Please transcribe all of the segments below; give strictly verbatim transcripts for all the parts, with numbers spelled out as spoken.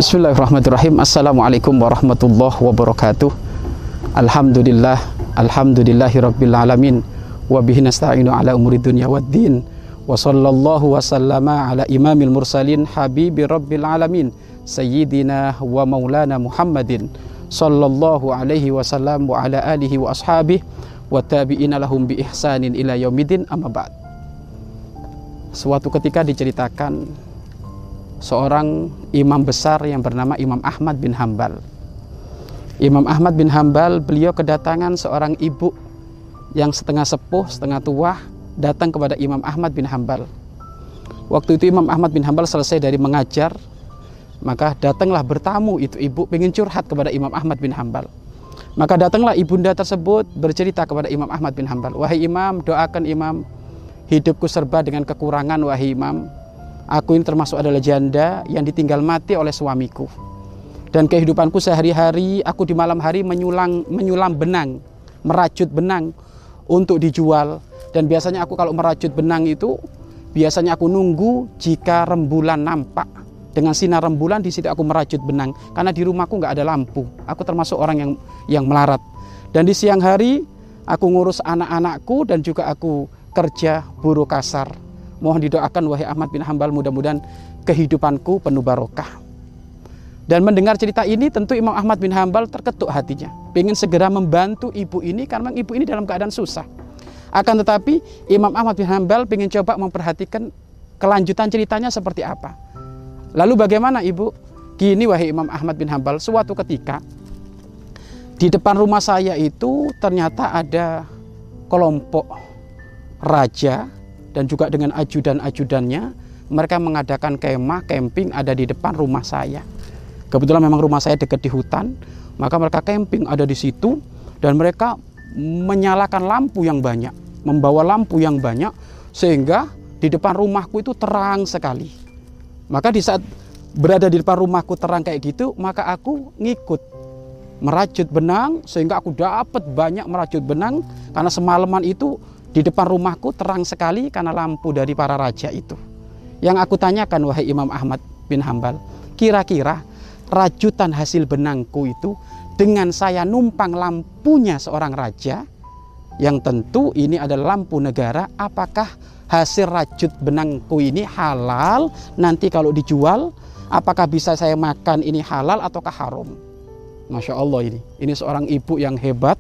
Bismillahirrahmanirrahim. Assalamualaikum warahmatullahi wabarakatuh. Alhamdulillah, alhamdulillahirabbil alamin. Wa bihi nasta'inu ala umuri dunya waddin. Wa sallallahu wa sallama ala imamil mursalin habibi rabbil alamin sayyidina wa maulana Muhammadin sallallahu alaihi wasallam wa ala alihi wa ashabihi wa tabi'ina lahum bi ihsanin ila yaumidin, amma ba'd. Suatu ketika diceritakan seorang imam besar yang bernama Imam Ahmad bin Hambal. Imam Ahmad bin Hambal, beliau kedatangan seorang ibu yang setengah sepuh, setengah tua, datang kepada Imam Ahmad bin Hambal. Waktu itu Imam Ahmad bin Hambal selesai dari mengajar, maka datanglah bertamu itu ibu, ingin curhat kepada Imam Ahmad bin Hambal. Maka datanglah ibunda tersebut bercerita kepada Imam Ahmad bin Hambal, "Wahai Imam, doakan Imam, hidupku serba dengan kekurangan, wahai Imam. Aku ini termasuk adalah janda yang ditinggal mati oleh suamiku. Dan kehidupanku sehari-hari, aku di malam hari menyulang, menyulam benang, merajut benang untuk dijual. Dan biasanya aku kalau merajut benang itu, biasanya aku nunggu jika rembulan nampak. Dengan sinar rembulan di situ aku merajut benang. Karena di rumahku nggak ada lampu. Aku termasuk orang yang yang melarat. Dan di siang hari, aku ngurus anak-anakku dan juga aku kerja buruh kasar. Mohon didoakan wahai Ahmad bin Hambal, mudah-mudahan kehidupanku penuh barokah." Dan mendengar cerita ini tentu Imam Ahmad bin Hambal terketuk hatinya, ingin segera membantu ibu ini karena ibu ini dalam keadaan susah. Akan tetapi Imam Ahmad bin Hambal ingin coba memperhatikan kelanjutan ceritanya seperti apa. Lalu bagaimana ibu? Gini wahai Imam Ahmad bin Hambal, suatu ketika di depan rumah saya itu ternyata ada kelompok raja dan juga dengan ajudan-ajudannya, mereka mengadakan kemah, camping ada di depan rumah saya. Kebetulan memang rumah saya dekat di hutan, maka mereka camping ada di situ dan mereka menyalakan lampu yang banyak, membawa lampu yang banyak sehingga di depan rumahku itu terang sekali. Maka di saat berada di depan rumahku terang kayak gitu, maka aku ngikut merajut benang sehingga aku dapat banyak merajut benang karena semalaman itu di depan rumahku terang sekali karena lampu dari para raja itu. Yang aku tanyakan wahai Imam Ahmad bin Hambal, kira-kira rajutan hasil benangku itu dengan saya numpang lampunya seorang raja, yang tentu ini adalah lampu negara, apakah hasil rajut benangku ini halal nanti kalau dijual? Apakah bisa saya makan ini halal ataukah haram? Masya Allah, ini ini seorang ibu yang hebat,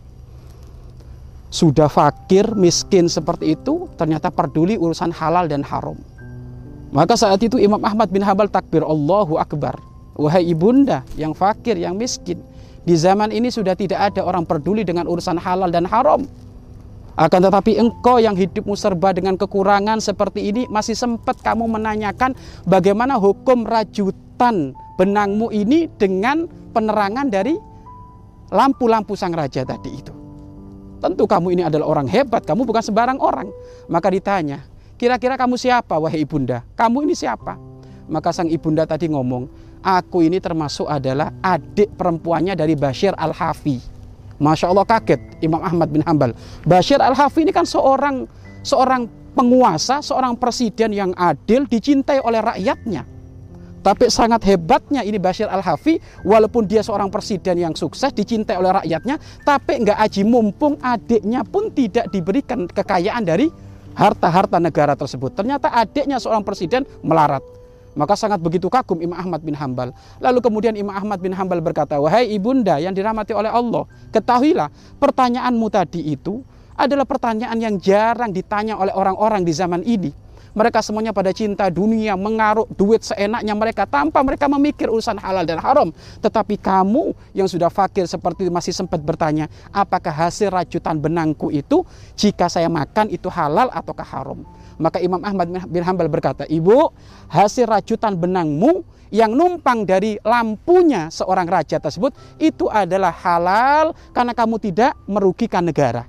sudah fakir, miskin seperti itu, ternyata peduli urusan halal dan haram. Maka saat itu Imam Ahmad bin Hambal takbir, Allahu Akbar. Wahai ibunda yang fakir, yang miskin, di zaman ini sudah tidak ada orang peduli dengan urusan halal dan haram. Akan tetapi engkau yang hidupmu serba dengan kekurangan seperti ini, masih sempat kamu menanyakan bagaimana hukum rajutan benangmu ini dengan penerangan dari lampu-lampu sang raja tadi itu. Tentu kamu ini adalah orang hebat, kamu bukan sembarang orang. Maka ditanya, kira-kira kamu siapa wahai ibunda? Kamu ini siapa? Maka sang ibunda tadi ngomong, aku ini termasuk adalah adik perempuannya dari Bashir Al-Hafi. Masya Allah, kaget Imam Ahmad bin Hambal. Bashir Al-Hafi ini kan seorang seorang penguasa, seorang presiden yang adil, dicintai oleh rakyatnya. Tapi sangat hebatnya ini Bashir Al-Hafi, walaupun dia seorang presiden yang sukses, dicintai oleh rakyatnya, tapi nggak aji mumpung adiknya pun tidak diberikan kekayaan dari harta-harta negara tersebut. Ternyata adiknya seorang presiden melarat. Maka sangat begitu kagum Imam Ahmad bin Hambal. Lalu kemudian Imam Ahmad bin Hambal berkata, wahai ibunda yang dirahmati oleh Allah, ketahuilah pertanyaanmu tadi itu adalah pertanyaan yang jarang ditanya oleh orang-orang di zaman ini. Mereka semuanya pada cinta dunia, mengaruk duit seenaknya mereka tanpa mereka memikir urusan halal dan haram. Tetapi kamu yang sudah fakir seperti itu masih sempat bertanya, apakah hasil rajutan benangku itu jika saya makan itu halal ataukah haram? Maka Imam Ahmad bin Hambal berkata, ibu, hasil rajutan benangmu yang numpang dari lampunya seorang raja tersebut itu adalah halal karena kamu tidak merugikan negara.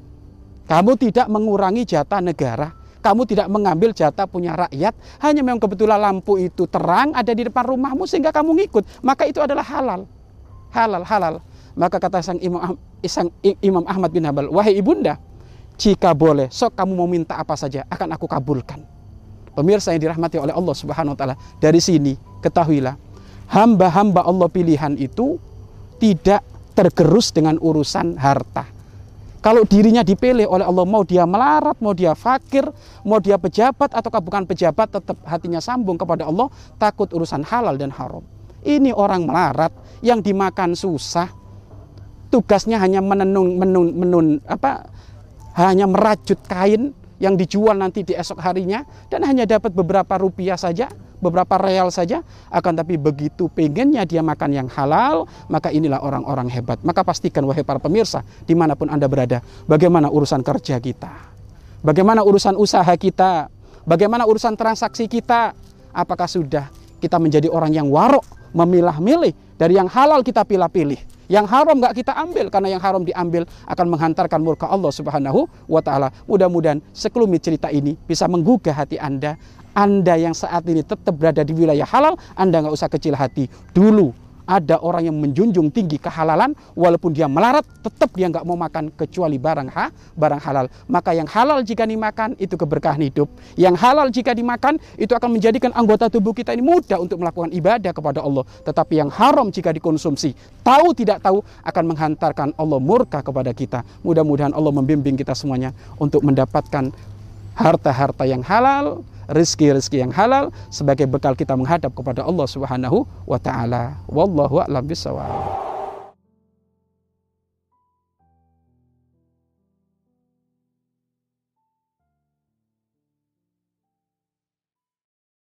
Kamu tidak mengurangi jatah negara. Kamu tidak mengambil jatah punya rakyat, hanya memang kebetulan lampu itu terang ada di depan rumahmu sehingga kamu ngikut, maka itu adalah halal. Halal, halal. Maka kata sang Imam, sang Imam Ahmad bin Hambal, wahai ibunda, jika boleh, sok kamu mau minta apa saja akan aku kabulkan. Pemirsa yang dirahmati oleh Allah Subhanahu wa taala, dari sini ketahuilah hamba-hamba Allah pilihan itu tidak tergerus dengan urusan harta. Kalau dirinya dipilih oleh Allah, mau dia melarat, mau dia fakir, mau dia pejabat ataukah bukan pejabat, tetap hatinya sambung kepada Allah, takut urusan halal dan haram. Ini orang melarat yang dimakan susah, tugasnya hanya menenun, menun, menun, apa, hanya merajut kain yang dijual nanti di esok harinya, dan hanya dapat beberapa rupiah saja, beberapa real saja. Akan tapi begitu pengennya dia makan yang halal, maka inilah orang-orang hebat. Maka pastikan wahai para pemirsa, dimanapun Anda berada, bagaimana urusan kerja kita, bagaimana urusan usaha kita, bagaimana urusan transaksi kita. Apakah sudah kita menjadi orang yang warok, memilah-milih, dari yang halal kita pilih-pilih, yang haram nggak kita ambil, karena yang haram diambil akan menghantarkan murka Allah Subhanahu wa Ta'ala. Mudah-mudahan sekelumit cerita ini bisa menggugah hati Anda. Anda yang saat ini tetap berada di wilayah halal, Anda nggak usah kecil hati. Dulu ada orang yang menjunjung tinggi kehalalan, walaupun dia melarat, tetap dia nggak mau makan kecuali barang ha, barang halal. Maka yang halal jika dimakan itu keberkahan hidup. Yang halal jika dimakan itu akan menjadikan anggota tubuh kita ini mudah untuk melakukan ibadah kepada Allah. Tetapi yang haram jika dikonsumsi, tahu tidak tahu, akan menghantarkan Allah murka kepada kita. Mudah-mudahan Allah membimbing kita semuanya untuk mendapatkan harta-harta yang halal, rezeki-rezeki yang halal sebagai bekal kita menghadap kepada Allah Subhanahu wa Ta'ala. Wallahu a'lam bishawab.